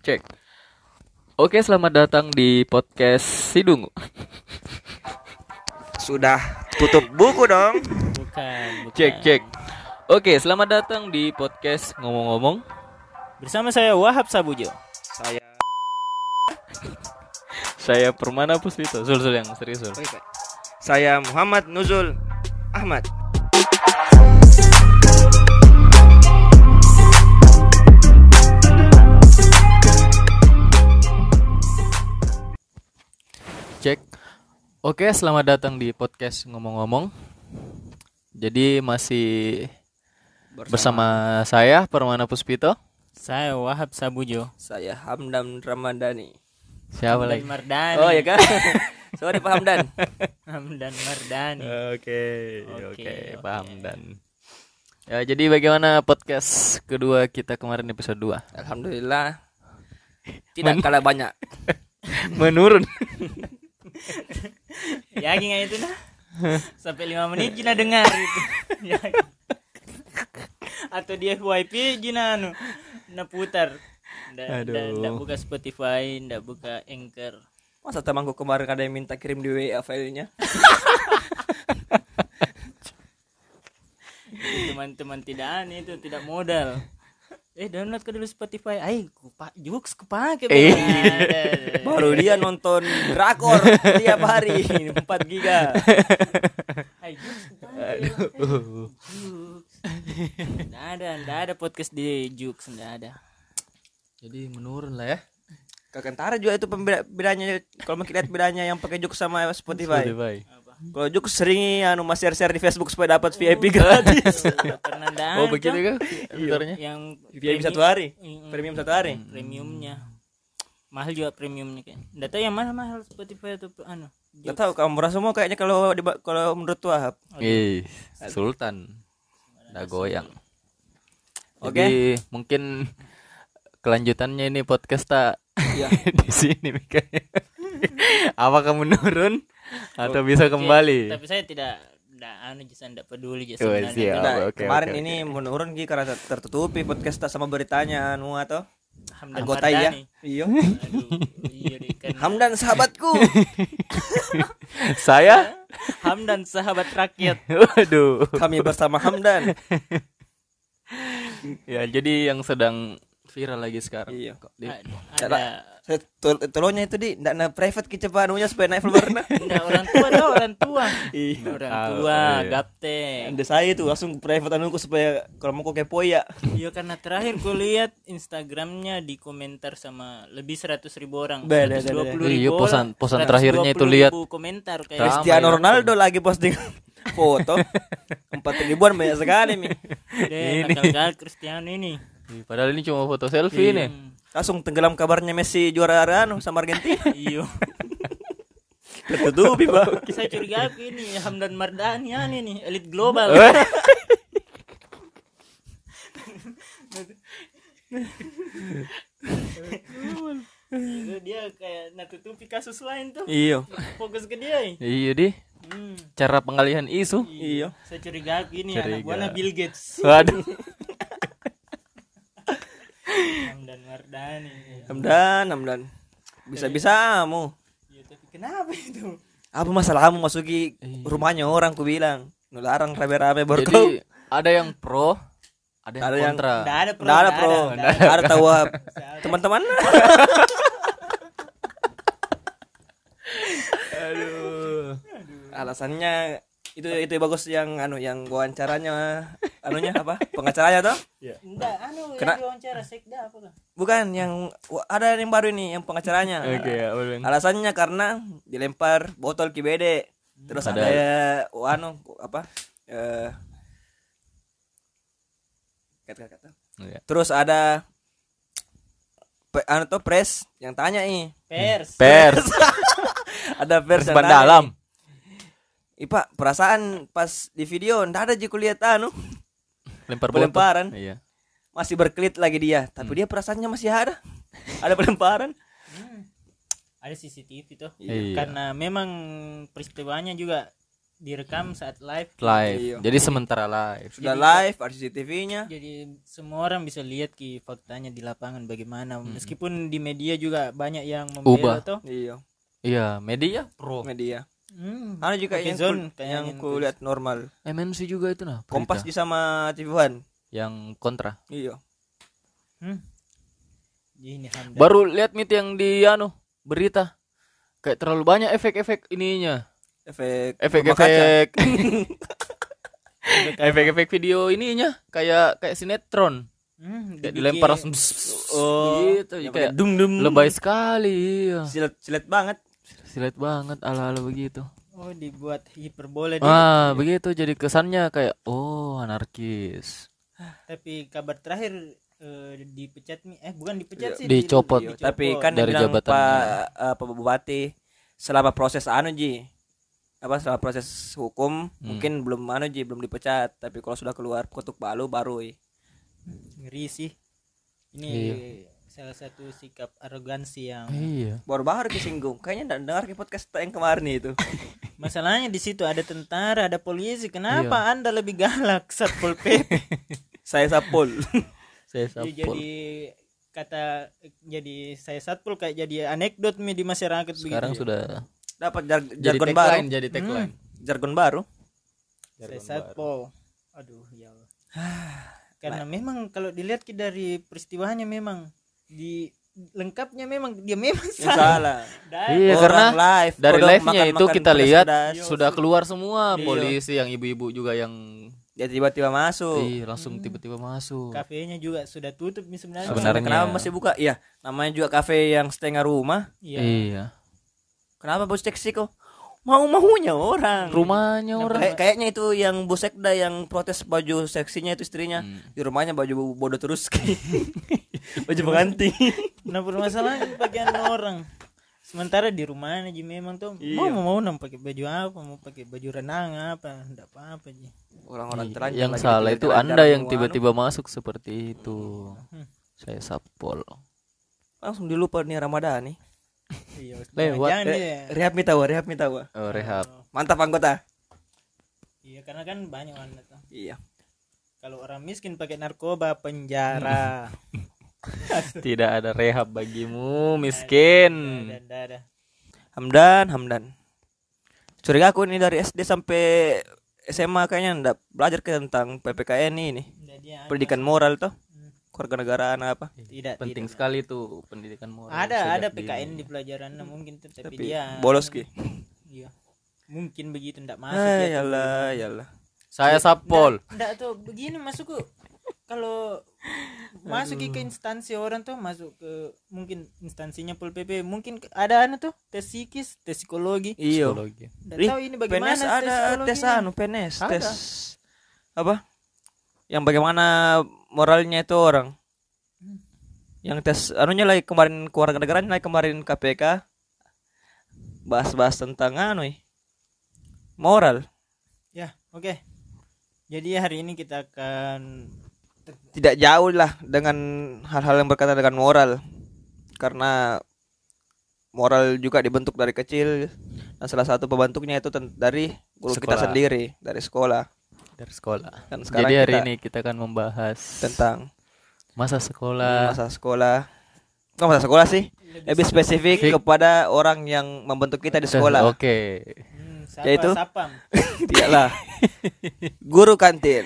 Cek. Oke, selamat datang di podcast Sidungu. Sudah tutup buku dong. Bukan. Cek. Oke, selamat datang di podcast Ngomong-ngomong. Bersama saya Wahab Sabujo. Saya Permana Puspito. Sul yang serius. Saya Muhammad Nuzul Ahmad. Cek. Oke, selamat datang di podcast Ngomong-ngomong. Jadi masih bersama saya Permana Puspito. Saya Wahab Sabujo. Saya Hamdan Ramadhani. Siapa lagi? Mardani. Oh ya kan? Sorry Pak Hamdan. Hamdan Mardani. Oke, paham dan. Ya, jadi bagaimana podcast kedua kita kemarin episode 2? Alhamdulillah. Tidak kalah banyak. Menurun. Yakin nggak itu nah? Sampai 5 menit Jina dengar itu. Yakin. Atau dia wifi Jina na putar. Nggak buka Spotify, nggak buka Anchor. Masa temanku kemarin ada yang minta kirim di WA filenya? Teman-teman tidak aneh itu, tidak modal. Download ke dulu Spotify. Jux kepake. Baru dia nonton drakor tiap hari 4 giga. Nggak ada podcast di Jux, nggak ada. Jadi menurun lah ya. Kakentara juga itu bedanya kalau mau lihat bedanya yang pakai Jux sama Spotify. Kalau Jux sering share di Facebook supaya dapat VIP gratis. Pernah Oh begitu kan? Yang VIP 1 hari. Premium 1 hari. Premiumnya mahal juga premiumnya kan. Nggak tahu yang mana mahal Spotify atau Gak tahu kamu merasa semua kayaknya kalau menurut Wahab. Sultan. Udah goyang. Oke. Jadi mungkin kelanjutannya ini podcast tak di sini kayaknya. Apakah menurun atau bisa kembali? Tapi saya tidak peduli Oh, siap. Kemarin ini menurun karena tertutupi podcast tak sama beritanya atau Hamdan anggota ya. Iya. Hamdan sahabatku. Saya Hamdan sahabat rakyat. Waduh. Kami bersama Hamdan. Ya, jadi yang sedang viral lagi sekarang. Iya. Ada Tolongnya itu ndak na private kecepanunya supaya naik followernya. Enggak, orang tua. Iya. Orang tua, gapte. Anda saya itu langsung private anuku supaya kalau mau kepo ya. Iya, karena terakhir ku lihat Instagramnya di komentar sama lebih 100.000 orang. Beda. 120.000 Iya, orang, posan terakhirnya itu lihat 120.000 komentar kayak Cristiano Ronaldo lagi posting foto 4.000-an banyak sekali nih. nakal Cristiano ini. Padahal ini cuma foto selfie nih. Langsung tenggelam kabarnya Messi juara sama Argentina. Iya. Tertutupi, Pak. Saya curiga aku ini Hamdan Mardani nih elit global. Itu dia kayak natutupi kasus lain tuh. Iya. Fokus ke dia. Iya di. Cara pengalihan isu. Iya. Saya curiga aku ini anak buahnya Bill Gates. Waduh. Hamdan Mardani. Hamdan. Bisa-bisamu. Ya, tapi kenapa itu? Apa masalahmu masuki rumahnya orang ku bilang. Ngelarang rame-rame baru kau. Jadi ada yang pro, ada yang kontra. Nggak ada pro. Nggak ada pro. Ada tahu teman-teman. Aduh. Alasannya itu bagus yang wawancaranya apa? Pengacaranya toh? Enggak, yang diwawancara sekda apa kan? Bukan yang ada yang baru ini yang pengacaranya. Oke, ya, boleh. Alasannya karena dilempar botol kibede. Terus ada kata-kata. Iya. Terus ada pres yang tanya Pers. ada pers yang Ban tanya. dalam. Pak, perasaan pas di video ndak ada jiku lihat Lempar pelemparan. Iya. Masih berkelit lagi dia, tapi dia perasaannya masih ada. Ada pelemparan. Ada CCTV tuh. Iya. Karena memang peristiwanya juga direkam saat live. Live. Jadi sementara live. Sudah live, ada CCTV-nya. Jadi semua orang bisa lihat faktanya di lapangan bagaimana. Meskipun di media juga banyak yang membela toh. Iya. Iya, media pro. Media. Ada juga yang ku lihat normal. MNC juga itu nah. Kompas di sama TV One. Yang kontra. Iya. Ini baru lihat yang di berita. Kayak terlalu banyak efek-efek ininya. Efek-efek efek-efek video ininya kayak sinetron. Kayak dilempar langsung gitu kayak lebay sekali. Silet banget ala-ala begitu. Oh, dibuat hiperbola begitu jadi kesannya kayak anarkis. Tapi kabar terakhir dipecat bukan dipecat sih, dicopot. Tapi kan dari jabatan Pak Bupati selama proses selama proses hukum mungkin belum belum dipecat, tapi kalau sudah keluar ketuk palu baru ngeri sih ini. Salah satu sikap arogansi yang baru disinggung. Kayaknya enggak dengar podcast yang kemarin itu. Masalahnya di situ ada tentara, ada polisi. Kenapa Anda lebih galak Satpol PP? Saya Satpol. Jadi saya Satpol kayak jadi anekdot di masyarakat. Sekarang begitu. Sudah dapat jargon baru. Jadi tagline. Jargon baru. Saya Satpol. Aduh ya Allah. Karena memang kalau dilihat dari peristiwanya memang lengkapnya memang dia salah. Iya, karena live, dari live-nya itu kita lihat sudah keluar semua polisi, yang ibu-ibu juga yang dia tiba-tiba masuk. Iya, langsung tiba-tiba masuk. Kafenya juga sudah tutup sebenarnya. Kenapa masih buka? Iya, namanya juga kafe yang setengah rumah. Iya. Kenapa bos seksi kok? Mau-maunya orang. Rumahnya orang. Kayaknya itu yang bos sekda yang protes baju seksinya itu istrinya. Di rumahnya baju bodoh terus. Baju pengantin. Nah, permasalahan bagian orang. Sementara di rumahnya memang tuh mau pakai baju apa, mau pakai baju renang apa, enggak apa-apa aja. Orang-orang telanjang. Yang salah itu Anda yang tiba-tiba masuk seperti itu. Saya Satpol. Langsung dilupa nih Ramadan nih. Lewat. Rehab mitawa. Oh, rehab. Mantap anggota. Iya, karena kan banyak orang tuh. Iya. Kalau orang miskin pakai narkoba penjara. Tidak ada rehab bagimu, miskin. Ada. Hamdan. Curiga aku ini dari SD sampai SMA kayaknya enggak belajar tentang PPKN ini. Pendidikan moral tuh. Kewarganegaraan apa? Tidak. Penting sekali tuh pendidikan moral. Ada PKN di pelajaran mungkin tapi dia bolos ki. Iya. Mungkin begitu enggak masuk yalah. Saya Satpol. Enggak tuh begini masuk kalau masuk ke instansi orang tuh masuk ke mungkin instansinya Pol PP mungkin ada tuh tes psikis, tes psikologi. Iya. Tahu ini bagaimana PNS ada tes PNS tes apa? Yang bagaimana moralnya itu orang. Yang tes lagi kemarin kewarganegaraan lagi kemarin KPK bahas tentang moral. Ya, oke. Jadi hari ini kita akan tidak jauh lah dengan hal-hal yang berkaitan dengan moral, karena moral juga dibentuk dari kecil dan salah satu pembentuknya itu dari guru kita sendiri, dari sekolah. Dan jadi hari ini kita akan membahas tentang masa sekolah. Bukan masa sekolah sih, lebih spesifik kepada orang yang membentuk kita di sekolah. Oke. Yaitu tidaklah guru kantin.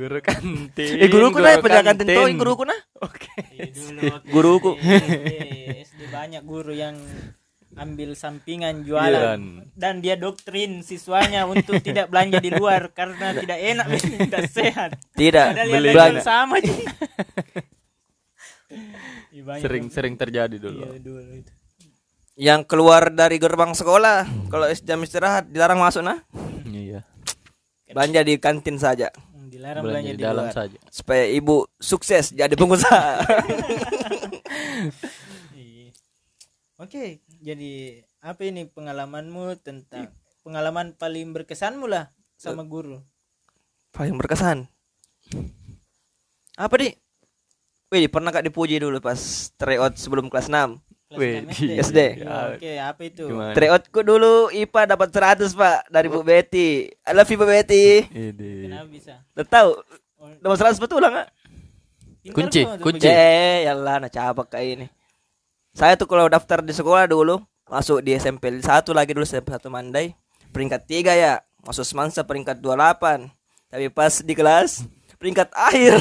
Guruku nah penjaga kantin tuh guruku nah. Oke. Guruku. SD banyak guru yang ambil sampingan jualan dan dia doktrin siswanya untuk tidak belanja di luar karena tidak enak, tidak sehat. Tidak belanja sama aja. Sering terjadi dulu. Iya, dulu itu. Yang keluar dari gerbang sekolah kalau jam istirahat dilarang masuk nah. Iya. Belanja di kantin saja. Dilarang belanja di dalam luar saja. Supaya ibu sukses jadi pengusaha. Oke, jadi apa ini pengalamanmu tentang pengalaman paling berkesanmu lah sama guru? Paling berkesan. Apa di? Wih, pernah gak dipuji dulu pas tryout sebelum kelas 6? Kelas Wih, 6 SD. Iya, oke, apa itu? Gimana? Tryoutku dulu IPA dapat 100 Pak dari Bu Betty. I love you Bu Betty. Ide. Kenapa bisa? Udah tahu? Oh, Dapat 100 betul enggak? pintar Kunci, kok untuk kunci. begitu. Yalah, nah cabak kayak ini. Saya tuh kalau daftar di sekolah dulu, masuk di SMP 1 lagi dulu SMP 1 Mandai, peringkat 3 ya. Masuk Semansa peringkat 28. Tapi pas di kelas peringkat akhir.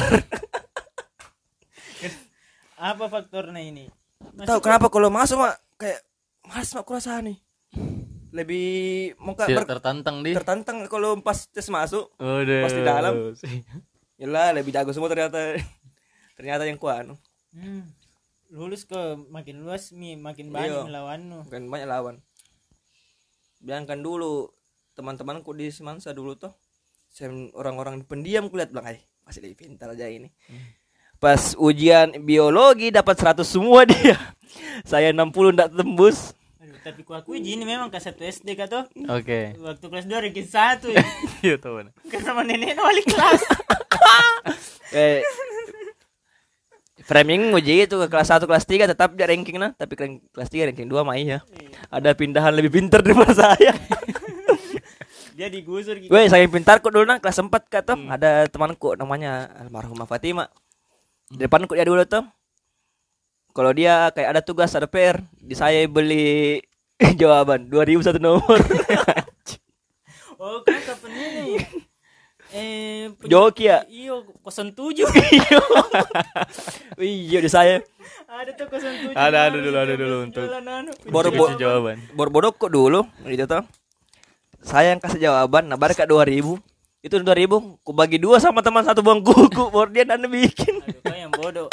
Apa faktornya ini? Tahu kenapa kalau masuk Mak kayak Mak kurasa nih. Lebih muka Tidak tertantang di. tertantang kalau pas tes masuk. Udah. Pas di dalam. Yalah, lebih jago semua ternyata. Ternyata yang kuat. Lulus ke makin luas makin Iya. banyak lawanmu. Bukan banyak lawan. Bayangkan dulu teman-temanku di Semansa dulu tuh, orang-orang pendiam kulihat bilang, masih lebih pintar aja ini. Pas ujian biologi dapat 100 semua dia. Saya 60 enggak tembus. Aduh, tapi ku akui Jini memang kelas 1 SD kata. Oke. Waktu kelas 2 ranking 1 ya. Iya tahu mana. Karena nenek wali kelas. Framing uji itu ke kelas 1 kelas 3 tetap dia ranking nah, tapi kelas 3 ranking 2 mah iya. Ada pindahan lebih pintar daripada saya. Dia digusur gitu. Weh, saya pintar kok dulu nah kelas 4 kata. Ada temanku namanya almarhumah Fatima. Di depanku dia dulu tuh. Kalau dia kayak ada tugas, ada PR, di saya beli jawaban 2000 satu nomor. Oh, kapan ini? Joki ya? Iyo, 07. Iya di saya. Ada tuh 07. Ada dulu untuk Boro-boro jawaban. Bodoh kok dulu gitu tuh. Saya yang kasih jawaban, nah baru 2000. Itu 2000 ku bagi 2 sama teman satu bangkuku, baru dia dan bikin. Aduh, kau yang bodoh.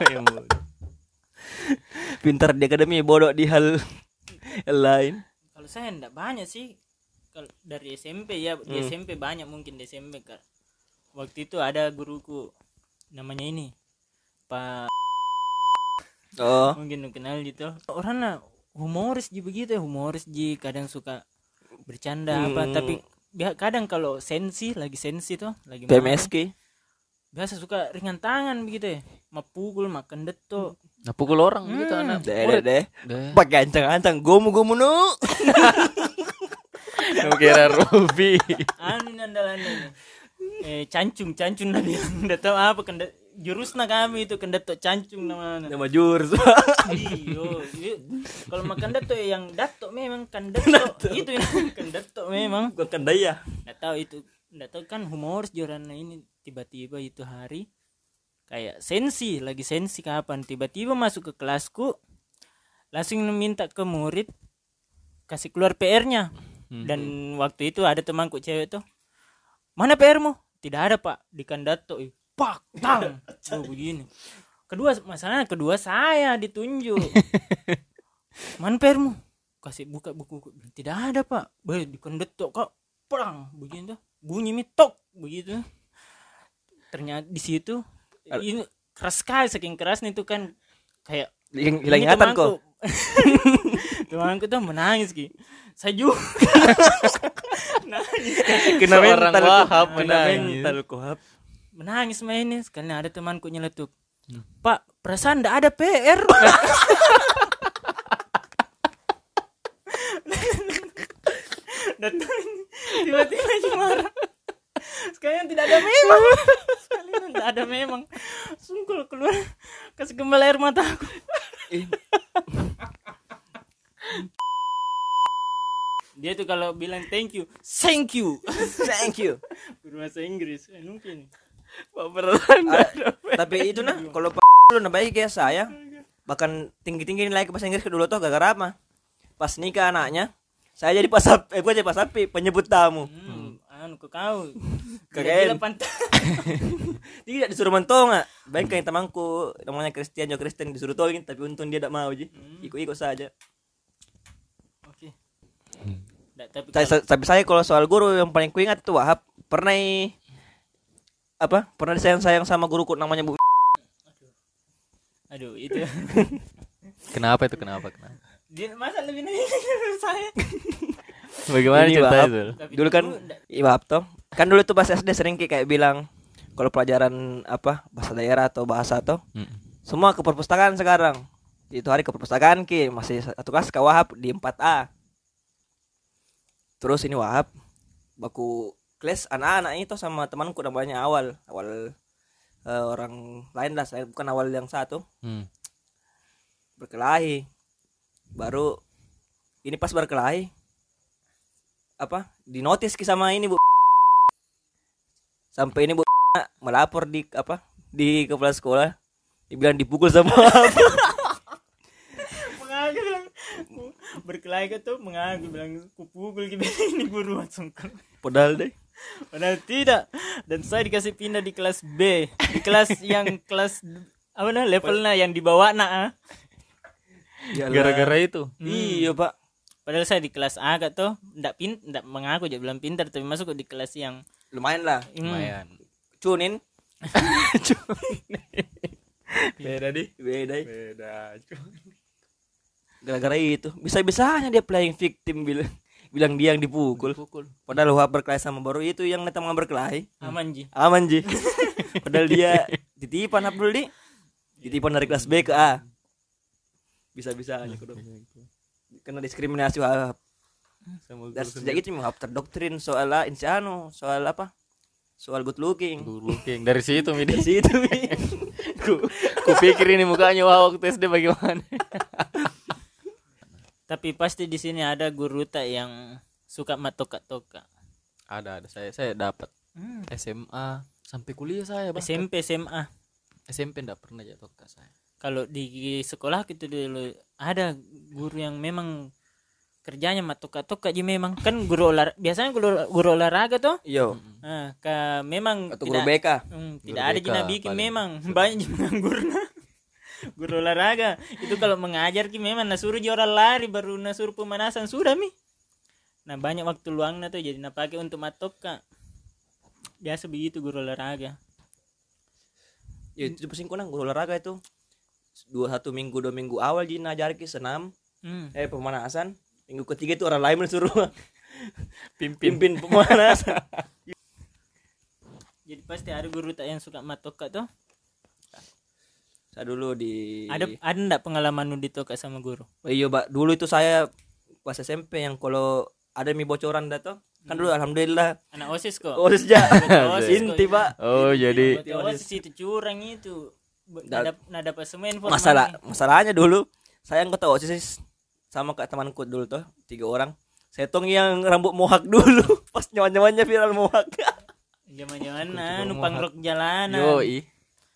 Pintar di akademi, bodoh di hal yang lain. Kalau saya enggak banyak sih. Kalau dari SMP ya, di SMP banyak mungkin di SMP kan. Waktu itu ada guruku namanya ini Pak, Oh, mungkin kenal gitu. Orangnya humoris ji begitu, humoris ji, kadang suka bercanda apa, tapi kadang kalau lagi sensi tuh, lagi marah, PMSK. biasa suka ringan tangan begitu ya, mapukul, makan deto. Nah pukul orang gitu anak. Deh. Pakai ancang-ancang gomu-gomu nu. Kira Ruby. Anu ini andalan ini. Cancung nak bilang, enggak tahu apa jurusna kami itu kendato cancung namanya. Nama jurus. Iya. Kalau makan dato yang dato memang kan dato. Itu kan dato memang. Bukan daya. Enggak tahu kan humoris jorana ini tiba-tiba itu hari kayak lagi sensi kapan tiba-tiba masuk ke kelasku langsung minta ke murid kasih keluar PR-nya. Dan waktu itu ada temanku cewek tuh. Mana PR-mu? Tidak ada, Pak. Di kandato. Pak, tang. Begini. Masalahnya kedua saya ditunjuk. Mana PR-mu? Kasih buka buku. Tidak ada, Pak. Di kandato kok perang begini tuh. Bunyi mitok begitu. Ternyata di situ ini keras sekali, saking kerasnya itu kan kayak Hilang ingatan kok. Temanku tuh menangis Ki. Saya juga nangis. Kena Seorang mental Wahab menangis. Menangis mainnya. Sekali ada temanku nyeletuk. Pak, perasaan enggak ada PR. Datang tiba-tiba aja marah. Sekalian tidak ada memang. Sekalian tidak ada memang. Sungguh keluar kasih kembali air mataku. Dia tuh kalau bilang thank you. Berbahasa Inggris. Mungkin. Tapi itu nah kalau lu nambahin kayak saya bahkan tinggi-tinggi nilai ke bahasa Inggris dulu tuh gara-gara apa? Pas nikah anaknya, saya jadi pasapi penyebut tamu. Anu ke kau. Keren. Pantai. Tidak disuruh mentong ah. Baik kayak temanku namanya Kristen disuruh tolongin tapi untung dia tidak mau ji. Ikut saja. Oke. Tapi saya kalau soal guru yang paling kuingat tuh Wahab pernah disayang sama guruku namanya Bu. Aduh itu. Kenapa itu? Kenapa? Dia masa lebih nanya saya. Bagaimana Ini cerita Wahab. itu? Dulu kan Wahab toh. Kan dulu tuh pas SD sering kayak bilang kalau pelajaran bahasa daerah atau bahasa semua ke perpustakaan sekarang. Itu hari ke perpustakaan ki, masih satu kelas ke Wahab di 4A. Terus ini Wahab baku kelas anak-anak itu sama temanku namanya awal orang lain lah, saya bukan awal yang satu. Berkelahi. Baru ini pas berkelahi apa? Dinotis ki sama ini Bu. Sampai ini Bu melapor di apa? Di kepala sekolah. Dibilang dipukul sama mengaku bilang berkelahi ke tuh mengaku bilang kupukul gini ini guru langsung. Padahal tidak, dan saya dikasih pindah di kelas B, di kelas yang kelas apa nah levelnya yang di bawah Gara-gara itu. Iya Pak, padahal saya di kelas A kak tuh ndak mengaku aja bilang pintar, tapi masuk di kelas yang lumayan lah, Lumayan. cunin. Beda Beda. Gara-gara itu bisa-bisanya dia playing victim bilang dia yang dipukul. Padahal Wahab berkelahi sama baru itu yang netang berkelahi. aman ji. Padahal dia ditipan Abdul ditipan dari kelas B ke A. Bisa-bisanya kudu. Kena diskriminasi Wahab. Dan sejak itu Wahab terdoktrin soal soal apa? Soal good looking. Dari situ Dari situ ku pikir ini mukanya waktu SD bagaimana. Tapi pasti di sini ada guru tak yang suka matoka-toka. Ada saya dapat SMA sampai kuliah saya bahkan. SMP SMA. SMP enggak pernah jatuh toka saya. Kalau di sekolah gitu dulu ada guru yang memang kerjanya matoka-toka aja memang. Kan biasanya guru olahraga tuh. Iya. Nah, memang atau guru BK. Tidak ada jina bikin paling. Memang banyak menganggur. Guru olahraga itu kalau mengajar ki memang nasuruh orang lari baru nasuruh pemanasan sudah mi. Nah banyak waktu luangnya tuh jadi pakai untuk matoka. Biasa begitu guru olahraga. Ya itu pusing kunang guru olahraga itu 2 minggu awal jadi ngajar ki senam pemanasan. Minggu ketiga itu orang lain mensuruh pimpin pemanasan. Jadi pasti ada guru tak yang suka matoka tuh. Saya dulu ada enggak pengalaman nu ditoka sama guru? Oh, iya Pak, dulu itu saya pas SMP yang kalau ada mie bocoran datang kan dulu alhamdulillah anak OSIS kok. OSIS ja. Inti Pak. Oh jadi OSIS itu curang itu. Nada pas semua informasi. Masalahnya dulu saya anggota OSIS sama kak temanku dulu tuh 3 orang. Saya tong yang rambut mohak dulu pas nyaman-nyamannya viral mohak. Zaman-zaman numpang rok jalanan. Yoi.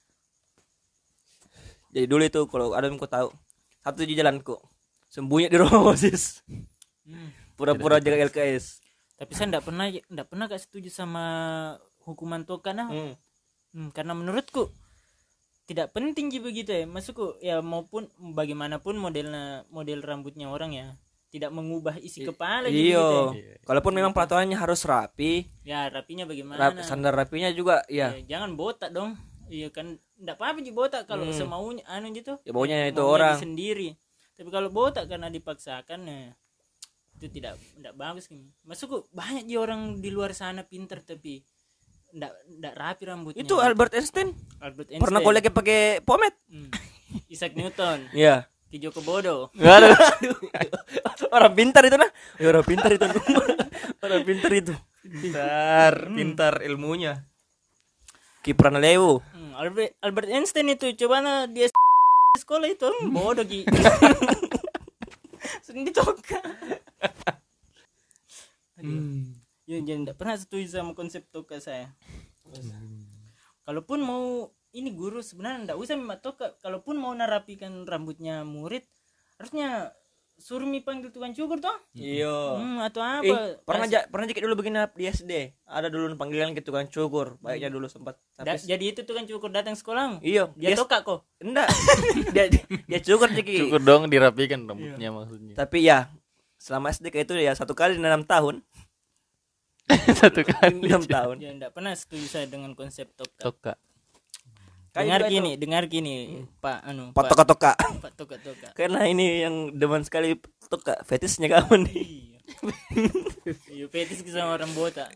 Jadi dulu itu kalau ada yang ku tahu satu di jalanku sembunyi di rumah OSIS. Pura-pura jaga LKS. Tapi saya enggak pernah gak setuju sama hukuman toka nah. Karena menurutku tidak penting juga begitu ya. Maksudku ya maupun bagaimanapun model rambutnya orang ya tidak mengubah isi kepala gitu. Iya. Kalaupun memang peraturannya harus rapi. Ya rapinya bagaimana? Standar rapinya juga ya. Jangan botak dong. Iya kan enggak apa-apa sih botak kalau semaunya gitu. Ya maunya itu orang sendiri. Tapi kalau botak karena dipaksakan ya itu tidak bagus gini. Maksudku banyak dia orang di luar sana pintar tapi enggak rapi rambutnya. Itu Albert Einstein. Pernah kau lagi pakai pomade? Isaac Newton. Iya. Ki Joko Bodo. Aduh. Orang pintar itu nah. Ya orang pintar itu. Orang pintar itu. Pintar ilmunya. Ki Pranalewo. Albert Einstein itu coba na dia sekolah itu bodoh ki. Sering ditoka. Ya jadi enggak pernah setuju sama konsep toka saya. Kalaupun mau ini guru sebenarnya enggak usah toka. Kalaupun mau narapikan rambutnya murid harusnya suruh mi panggil tukang cukur toh. Iya. Atau apa? Pernah jadi dulu begini di SD. Ada dulu panggilan ke tukang cukur. Baiknya dulu sempat. Jadi itu tukang cukur datang sekolah. Iya. Dia toka kok. Enggak. dia cukur jadi. Cukur dong dirapikan rambutnya maksudnya. Tapi ya selama SD kayak itu ya 1 kali 6 tahun. 1 kali 6 tahun. Ya enggak pernah setuju saya dengan konsep toka. Toka. Dengar gini, Pak toka. Pak toka. Karena ini yang demen sekali toka, fetisnya kamu nih. Iya, fetis sama orang botak.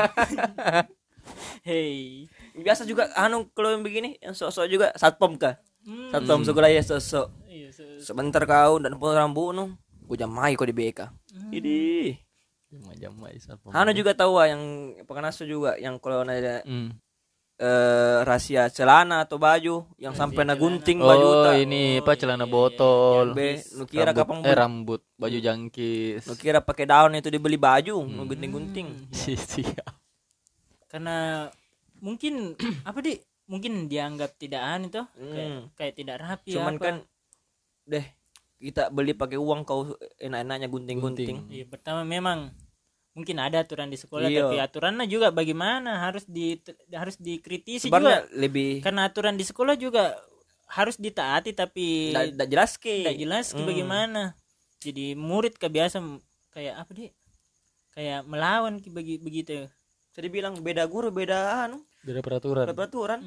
Hey. Biasa juga kalau yang begini yang sok-sok juga satpam kah? Satu sekolah ya sosok. Iya, Sebentar kau dan potong rambut nu. Gue jamai kau di BK. Ini. Jam-jam isal Hana juga tahu yang pengenasu juga yang kalau ada Hmm. rahasia celana atau baju yang sampai na gunting Oh, baju tak. ini apa celana botol. Be, nu kira kapan Rambut, baju jangkis. nu kira pakai daun itu dibeli baju, nu gunting-gunting. Siap. karena mungkin apa di mungkin dianggap tidak aneh tuh kayak tidak rapi Cuman apa. kan deh kita beli pakai uang kau enak-enaknya gunting-gunting. Iya, pertama memang mungkin ada aturan di sekolah Iya. tapi aturannya juga bagaimana harus dikritisi Sebenarnya juga lebih karena aturan di sekolah juga harus ditaati tapi ndak jelas tidak ke. jelas bagaimana jadi murid kebiasa kayak apa deh kayak melawan begitu. Jadi bilang beda guru beda anu Beda peraturan. peraturan.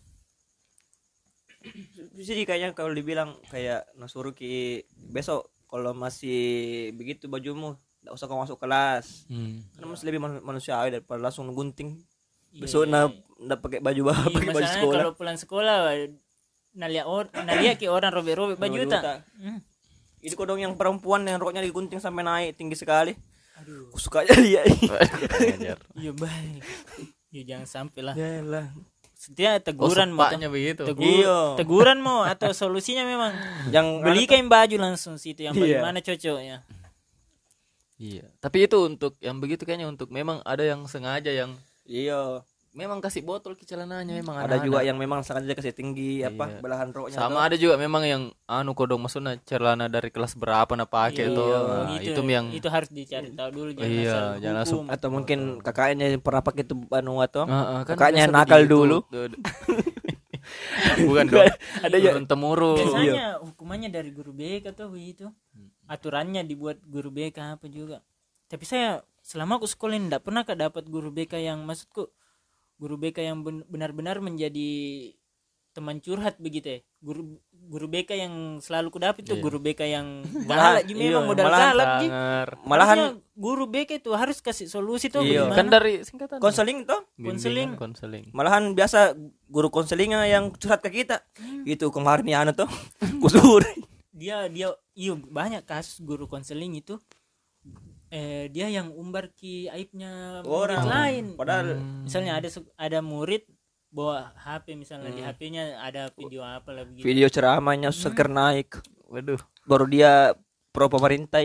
Jadi kayaknya kalau dibilang kayak nasuruh ki besok kalau masih begitu bajumu nggak usah kau masuk kelas. Karena masih lebih manusiawi daripada langsung gunting. Besok ndak pakai baju pakai baju Masalahnya sekolah. kalau pulang sekolah nalia ki orang robek-robek baju tak. Itu kodong yang perempuan yang roknya digunting sampai naik tinggi sekali. Aduh. Aku suka aja lihat. Iya baik. Ya jangan sampai lah. Yalah. Setiap teguran mau Sepaknya begitu. Iya. teguran mau atau solusinya memang Yang beli kain baju langsung situ yang Iya. bagaimana cocoknya. Iya. Tapi itu untuk yang begitu kayaknya untuk memang ada yang sengaja yang iya. memang kasih botol ke celananya memang Ada anak-anak. juga yang memang sengaja kasih tinggi Iya. belahan roknya. Sama ada juga memang yang kodong maksudnya celana dari kelas berapa na pakai itu. Nah, Gitu. itu yang Itu harus dicari tahu dulu jangan Iya, asal jangan langsung. hukum. Atau mungkin kakaknya yang pernah pakai itu anu atau kan kakaknya biasa nakal begitu. dulu. Bukan dong. Ada ya. Turun temurun. Biasanya hukumannya dari guru BK tuh begitu. Aturannya dibuat guru BK apa juga. Tapi saya selama aku sekolah ini enggak pernah dapat guru BK yang maksudku guru BK yang benar-benar menjadi teman curhat begitu ya. Guru BK yang selalu kudapat itu guru BK yang galak ji memang modal galak ji. Malahan Guru BK itu harus kasih solusi tuh Iya. bagaimana. Kan dari singkatan. konseling tuh. Konseling. Konseling. Malahan biasa guru konselingnya yang curhat ke kita. Itu kemarin ya anu tuh. Kusur. Dia iya banyak kasus guru konseling itu dia yang umbar ki aibnya murid Orang. lain. Padahal Misalnya ada murid bawa HP misalnya di HP-nya ada video apa lah begitu. video ceramahnya seger naik. Waduh. Baru dia pro pemerintah.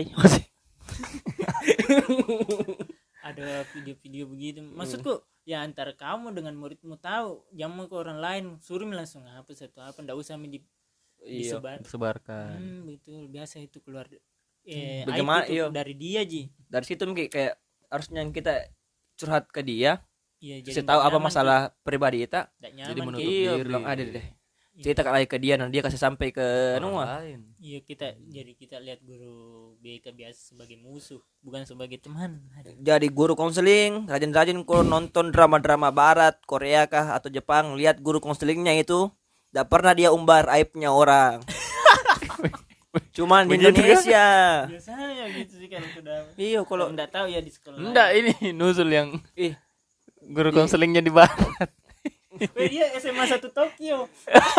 Ada video-video begitu. Maksudku ya antara kamu dengan muridmu tahu, jangan ke orang lain suruh langsung apa satu apa ndak usah disebar. Sebarkan. Betul biasa itu keluar Bagaimana aib itu iya dari dia ji. Dari situ mungkin kayak harusnya kita curhat ke dia, Iya kasih tahu apa masalah pribadi kita. Ndak Jadi nyaman menutup gitu. Iya, diri. bilang ada deh. Cerita lagi ke dia dan dia kasih sampai ke Orang Nuah. lain. Iya kita lihat guru BK biasa sebagai musuh bukan sebagai teman. Aduh. Jadi guru konseling, rajin-rajin kalau nonton drama-drama barat, Korea kah atau Jepang, lihat guru konselingnya itu tidak pernah dia umbar aibnya orang. Cuman di Indonesia. Biasanya gitu sih kalau sudah. Iya, Kalau kalau enggak tahu ya di sekolah. Enggak, ini nusul yang ih guru konselingnya di barat. Dia SMA 1 Tokyo.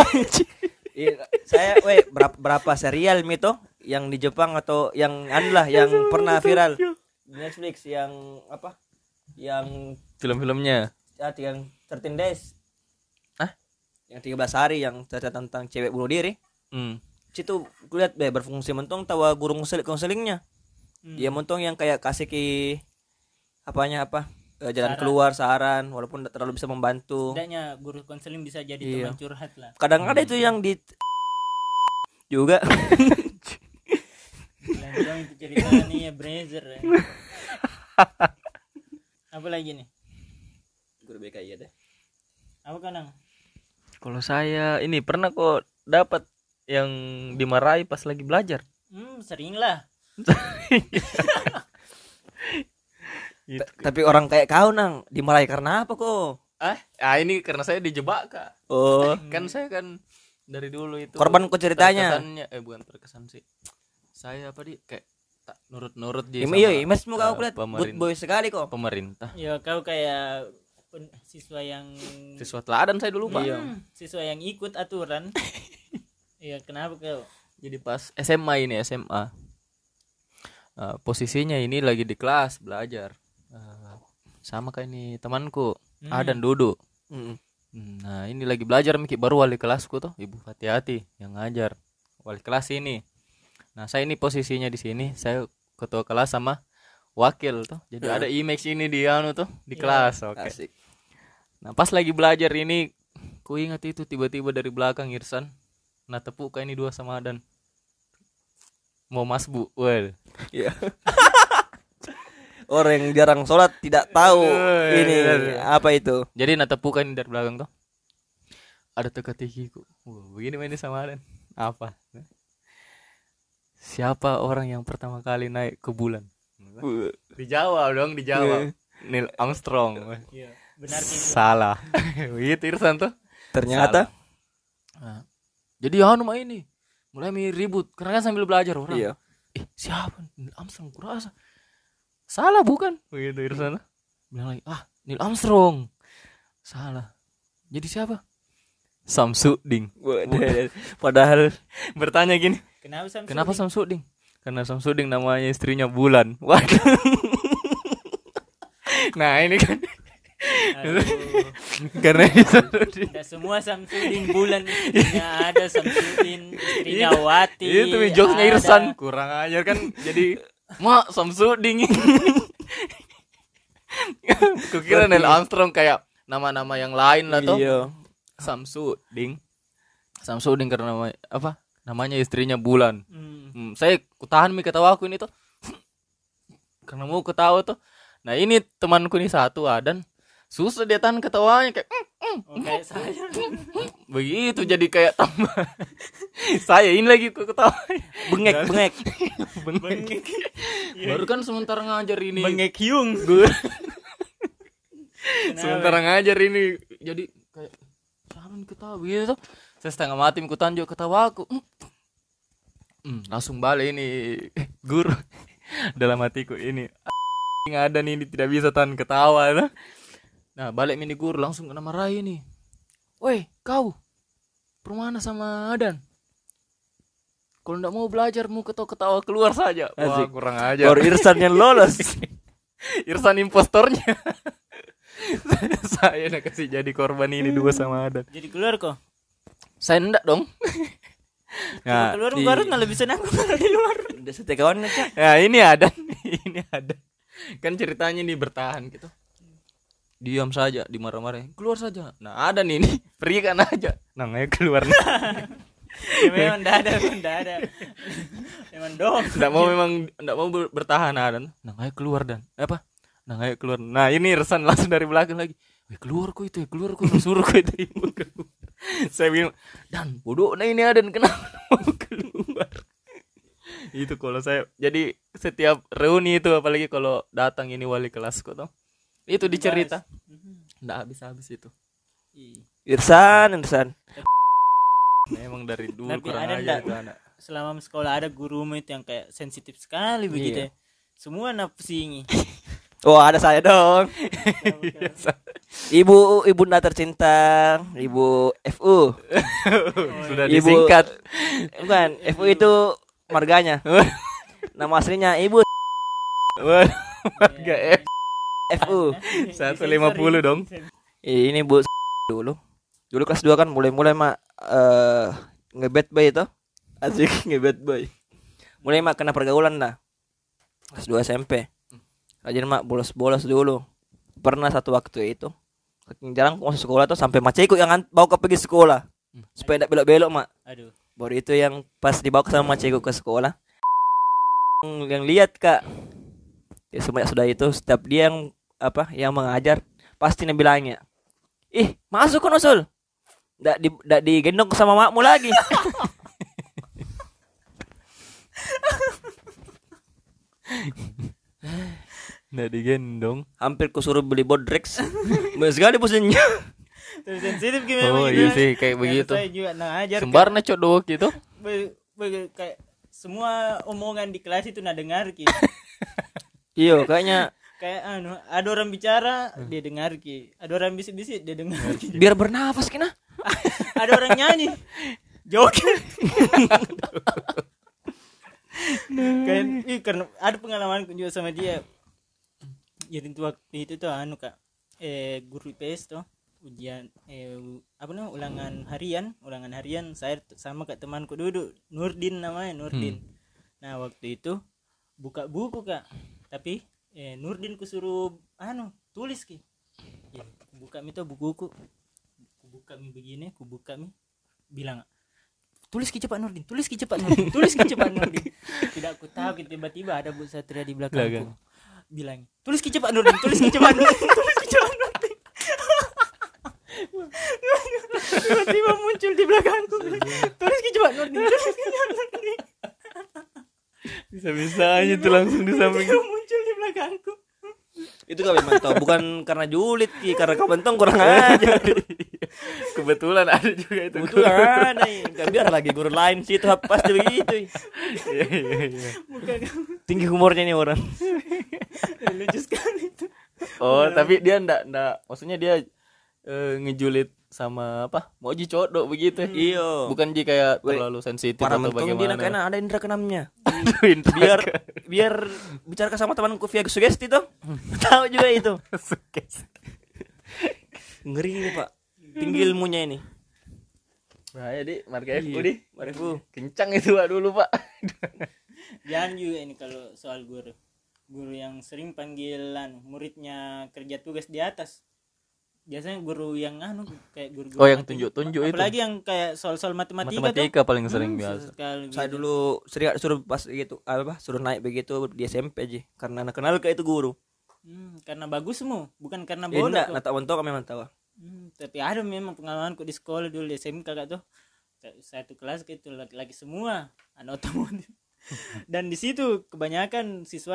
saya berapa serial itu yang di Jepang atau yang anu yang pernah viral di Netflix yang apa? Yang Film-filmnya. yang 13 days. Yang 13 hari yang cerita tentang cewek bunuh diri. Situ gue lihat berfungsi mentong tawa guru konselingnya. Dia mentong yang kayak kasih ki jalan Saran. keluar saran walaupun tidak terlalu bisa membantu. Tidaknya guru konseling bisa jadi Iya. teman curhat lah. Kadang ada itu yang di juga. Lanjut itu cerita nih ya Brazer. Ya. Apa lagi nih? Guru BK iya deh. Apa kanang? Kalau saya ini pernah kok dapat yang dimarahi pas lagi belajar. Sering lah. Tapi orang kayak kau nang dimarahi karena apa kok? Ini karena saya dijebak, Kak. Oh, Kan saya kan dari dulu itu korban kok ceritanya. terkesannya bukan terkesan sih. Saya kayak tak nurut-nurut dia Iya, image muka aku lihat good pemerintah. boy sekali kok. Pemerintah. Ya kau kayak siswa yang Siswa teladan saya dulu, Pak. siswa yang ikut aturan. Iya, kenapa kau? Jadi pas SMA ini SMA. Posisinya ini lagi di kelas belajar. Sama kayak ini temanku, Adan duduk. Nah, ini lagi belajar Miki, baru wali kelasku tuh, Ibu Hati-Hati yang ngajar. Wali kelas ini. Nah, saya ini posisinya di sini, saya ketua kelas sama wakil tuh. Jadi ada image ini di anu tuh di kelas. Oke. Asik. Nah, pas lagi belajar ini ku ingat itu tiba-tiba dari belakang Irsan. Nah, tepuk kayak ini dua sama Adan. Mau masbu. Well. Iya. Orang yang jarang sholat tidak tahu ini apa itu. Jadi tepuk kayak ini dari belakang tuh. Ada teka-tekiku. Begini main sama Adan. Apa? Siapa orang yang pertama kali naik ke bulan? Dijawab dong, dijawab. Neil Armstrong. Iya, benar ini. Salah. Begitu Irsan tuh. Ternyata Nah, jadi anu mah ini mulai ribut karena kan sambil belajar orang. iya. Siapa Neil Armstrong kurasa. Salah bukan? Begitu Irsan. Bilang lagi, Neil Armstrong. Salah. Jadi siapa? Samsudin. Padahal Bertanya gini, kenapa Samsudin? Karena Samsudin namanya istrinya Bulan. Waduh. Nah, ini kan karena tidak semua Samsudin Bulan istrinya ada, Samsudin istrinya Wati. Itu jokesnya Irsan. Kurang ajar kan. Jadi Mak Samsudin. Kukira Neil Armstrong kayak nama-nama yang lain lah tuh. Iya. Samsudin karena nama apa? Namanya istrinya Bulan. Saya kutahan ketawa aku ini tuh. Karena mau ketawa tuh. Nah, ini temanku nih satu Adan. Susah dia tahan ketawanya kayak kayak saya. begitu jadi kayak tambah. Saya ini lagi ketawa. Bengek. Baru kan sementara ngajar ini. Bengek hiung. Sementara ngajar ini jadi kayak jangan ketawa begitu. Saya setengah mati ku tanjuk ketawa aku. Langsung balik ini guru. Dalam hatiku ini ada nih tidak bisa tahan ketawa. Nah, balik mini guru langsung kena marahi nih. Woi, kau permana sama Adan? Kalau ndak mau belajar mau ketawa keluar saja. Wah, kurang ajar. Baru Irsan yang lolos. Irsan impostornya. Saya nak kasih jadi korban ini dua sama Adan. Jadi keluar kok. Saya ndak dong. Nah, keluar baru lebih senang kalau di luar. Udah setia kawan ngecak. Ya, ini Adan. Ini Adan. Kan ceritanya nih bertahan gitu. Diam saja, dimarah-marahin. Keluar saja. Nah, Adan ini berikan aja. Nah, ayo keluar. Ya, memang enggak ada. Memang dong. Enggak mau bertahan Adan. Nah, ayo keluar Dan. Apa? Nah, ayo keluar. Nah, ini Irsan langsung dari belakang lagi. Keluar kok itu, keluar kok suruh kok itu. Saya bilang, Dan, bodoh nah ini Adan kenapa mau keluar? Itu kalau saya jadi setiap reuni itu apalagi kalau datang ini wali kelas kok tuh. Itu dicerita. Enggak habis-habis itu. Irsan. Memang dari dulu Tapi kurang ada aja enggak, itu anak. selama sekolah ada gurumu itu yang kayak sensitif sekali begitu ya. Semua napusingi. Oh, ada saya dong. Ibu Nda tercinta, Ibu FU. Sudah disingkat. Bukan, FU itu marganya. Nama aslinya Ibu Marga FU 150 dong. Ini Bu dulu kelas 2 kan mulai mak ngebet boy itu. Asik ngebet boy. Mulai mak kena pergaulan lah. Kelas 2 SMP. Rajin mak bolos dulu. Pernah satu waktu itu jarang masuk sekolah tuh sampai maceku yang bawa pergi sekolah. Supaya tidak belok-belok mak. Aduh. Baru itu yang pas dibawa sama maceku ke sekolah. Yang lihat kak. Ya semuanya sudah itu setiap dia yang mengajar pasti bilangnya, ih masuk kan usul, ndak digendong sama makmu lagi. Nggak digendong. Hampir kusuruh beli Bodrex. Banyak sekali pusingnya. Sensitif gimana? Oh iya sih kayak begitu. Saya juga ngajar. Sembarna codok gitu. Kayak semua omongan di kelas itu dengar ki. Iya kayaknya kayak ada orang bicara dia dengar ki, ada orang bisik-bisik dia dengar ki. Biar bernafas kena. Ada orang nyanyi joget. Karena ada pengalaman juga sama dia. Jadi waktu itu tuh Kak, guru IPS tuh ujian ulangan harian saya sama Kak temanku duduk, Nurdin namanya, Nurdin. Nah, waktu itu buka buku Kak, tapi Nurdin kusuruh tulis ki. Ya, buka itu bukuku. Kubuka begini, bilang tulis ki cepat Nurdin. Tidak aku tahu, tiba-tiba ada Bu Satria di belakangku. Bilang, tulis ki cepat Nurdin. Tiba-tiba muncul di belakangku. Tulis ki cepat Nurdin. Bisa-bisa aja tuh langsung di samping. Muncul di belakangku. Itu kau mantau, bukan karena julid ki, karena kau mentong kurang aja. Kebetulan ada juga itu. Kebetulan ada. Enggak biar lagi guru lain sih itu pasti begitu. Iya. Tinggi humornya nih orang. Lucu sekali itu. Oh, tapi dia enggak maksudnya dia ngejulit sama apa? Mau ji codok begitu. Iya. Bukan ji kayak terlalu sensitif Para atau mentong dia bagaimana. karena ada indra keenamnya. Aduh, indra Biar bicara sama temanku via sugesti tuh. Tahu juga itu. Ngeri nih, Pak. Tinggi ilmunya ini. Bahaya di marga FU di. Marifu. Kencang itu Pak dulu, Pak. Jangan juga ini kalau soal guru. Guru yang sering panggilan muridnya kerja tugas di atas. Biasanya guru yang kayak guru yang tunjuk-tunjuk itu. Apalagi yang kayak soal-soal matematika Matematika paling sering biasa. Saya dulu sering suruh pas gitu suruh naik begitu di SMP aja karena anak kenal kayak itu guru. Karena bagusmu, bukan karena Ya bodoh. enggak, nata mentok memang tahu. Tapi ada memang pengalamanku di sekolah dulu di SMK Kak tuh. Satu kelas gitu laki-laki semua, anak otomotif. Dan di situ kebanyakan siswa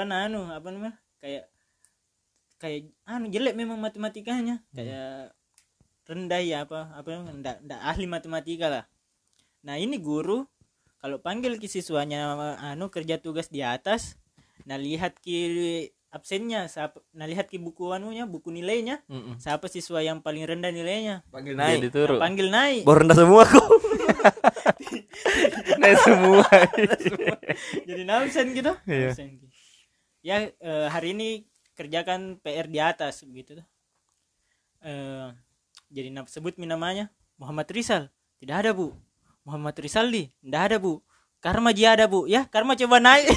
kayak jelek memang matematikanya, kayak rendah ya enggak ahli matematika lah. Nah, ini guru kalau panggil ki siswanya kerja tugas di atas, nah lihat ki absennya, lihat ki buku nilainya, siapa siswa yang paling rendah nilainya, Panggil naik. panggil naik. Baru rendah semua kok. Naik semua. Jadi absen gitu. Iya. Absen. Ya, hari ini kerjakan PR di atas begitu tuh. Jadi sebut namanya Muhammad Rizal. Tidak ada, Bu. Muhammad Rizaldi. Tidak ada, Bu. Karma Ji ada, Bu. Ya, Karma coba naik.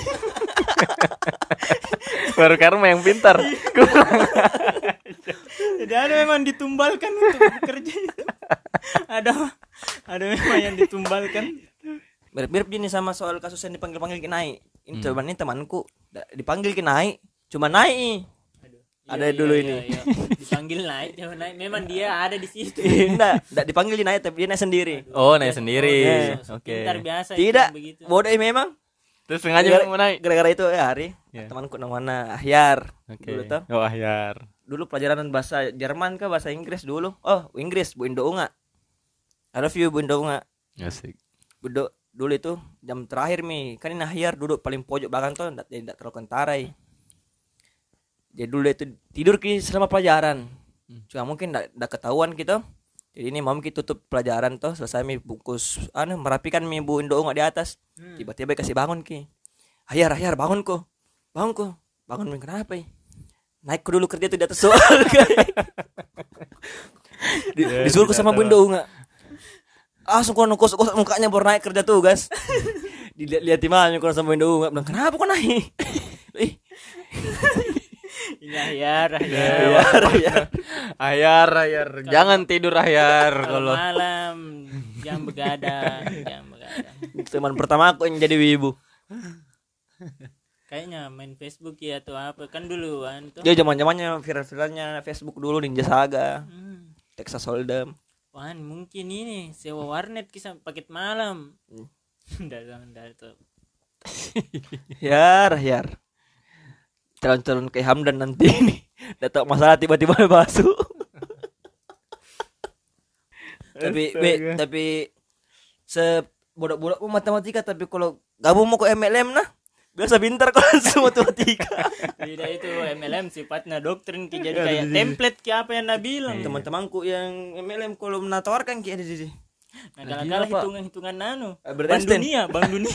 Baru Karma yang pintar. Jadi ada memang ditumbalkan untuk bekerja itu. Ada memang yang ditumbalkan. Mirip-mirip gini sama soal kasus yang dipanggil naik. Ini coba nih temanku dipanggil naik, cuma naik. Ada dulu ini. Iya. Dipanggil naik, coba naik. Memang dia ada di situ. Enggak dipanggil naik tapi dia naik sendiri. Oh, naik sendiri. Oke. Pintar biasa. Tidak, begitu. bodoh memang. Terus sengaja mau naik. Gara-gara itu hari temanku namanya Ahyar. Oke. Dulu tuh. Oh, Ahyar. Dulu pelajaran bahasa Jerman kah bahasa Inggris dulu. Oh, Inggris Bu Indo Unga. I love you Bu Indo Unga. Asik. Dulu itu jam terakhir kan ini Ahyar duduk paling pojok belakang tuh tidak terlalu kentarai. Jadi dulu itu tidur selama pelajaran. Cuma mungkin enggak ketahuan gitu. Jadi ini mau kita tutup pelajaran tuh selesai bungkus merapikan Bu Indo Unga di atas. Tiba-tiba kasih bangun Ahyar bangun ko. Bangun kenapa naik dulu kerja tuh di atas soal. Disuruh sama Bu Indo Unga. Langsung kos mukanya baru naik kerja tugas. Dilihat di mana kalau sama Indo Unga bilang kenapa kok naik? Ini Ahyar. Jangan tidur Ahyar kalau malam. Jangan begadang. Teman pertama aku yang jadi wibu. Kayaknya main Facebook ya atau apa kan duluan tuh. Dia zaman-zamannya viral-viralnya Facebook dulu Ninja Saga. Texas Hold'em. Mungkin ini sewa warnet kisah paket malam. Enggak tuh. Yar. Calon-calon kayak Hamdan nanti ini. Datang masalah tiba-tiba masuk. tapi sebodoh-bodoh matematika tapi kalau gabung mau ke MLM biasa pintar kalau semua matematika. Tidak itu MLM sifatnya doktrin jadi kayak template kayak apa yang Nabi bilang. Teman-temanku yang MLM kalau menawarkan kayak di Nah, Nah, kalau gila, Pak. hitungan anu, Albert Bank Einstein. Dunia, Bank Dunia.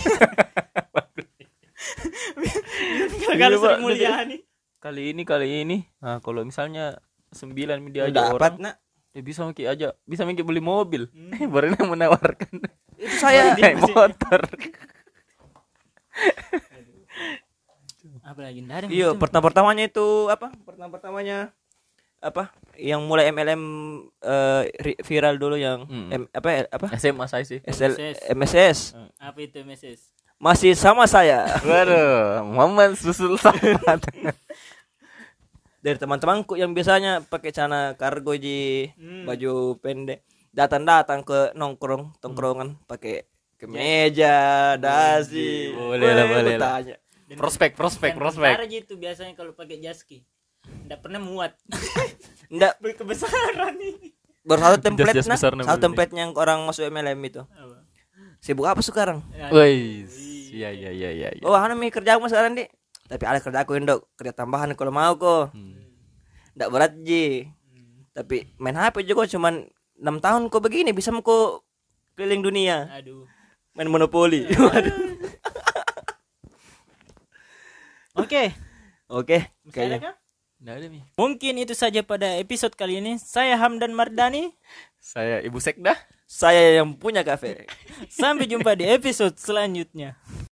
Kalau Gila, Pak. Sri Mulyani. Kali ini. Nah, kalau misalnya 9 dia aja Dapat orang, nak. bisa mungkin beli mobil. Baru yang menawarkan. Itu saya. Naik motor. Apa lagi ndak ada. Iya, pertama-pertamanya itu apa? Pertama-pertamanya apa? Yang mulai MLM viral dulu yang apa? SMA saya sih. MSS. Apa itu MSS? Masih sama saya. Waduh, momen susul sangat. Dari teman-temanku yang biasanya pakai celana kargo baju pendek, datang ke tongkrongan pakai kemeja, dasi. Boleh lah, boleh lah. Tanya. Prospek. Tentara gitu biasanya kalau pakai jaski. Ndak pernah muat. Nggak, Kebesaran ini. baru satu template Jas besar namanya. satu template yang orang masuk MLM itu. Apa? Sibuk apa sekarang? Woi. Iya. Oh, anu mi kerjamu sekarang, Dik. Tapi ada kerja aku Indok, kerja tambahan kalau mau kok. Nggak berat ji. Tapi main HP juga cuman 6 tahun kok begini bisa kok keliling dunia. Aduh. Main monopoli. Waduh. Oke. Kayaknya. Kayaknya. Nggak ada nih. Mungkin itu saja pada episode kali ini. Saya Hamdan Mardani. Saya Ibu Sekda. Saya yang punya kafe. Sampai jumpa di episode selanjutnya.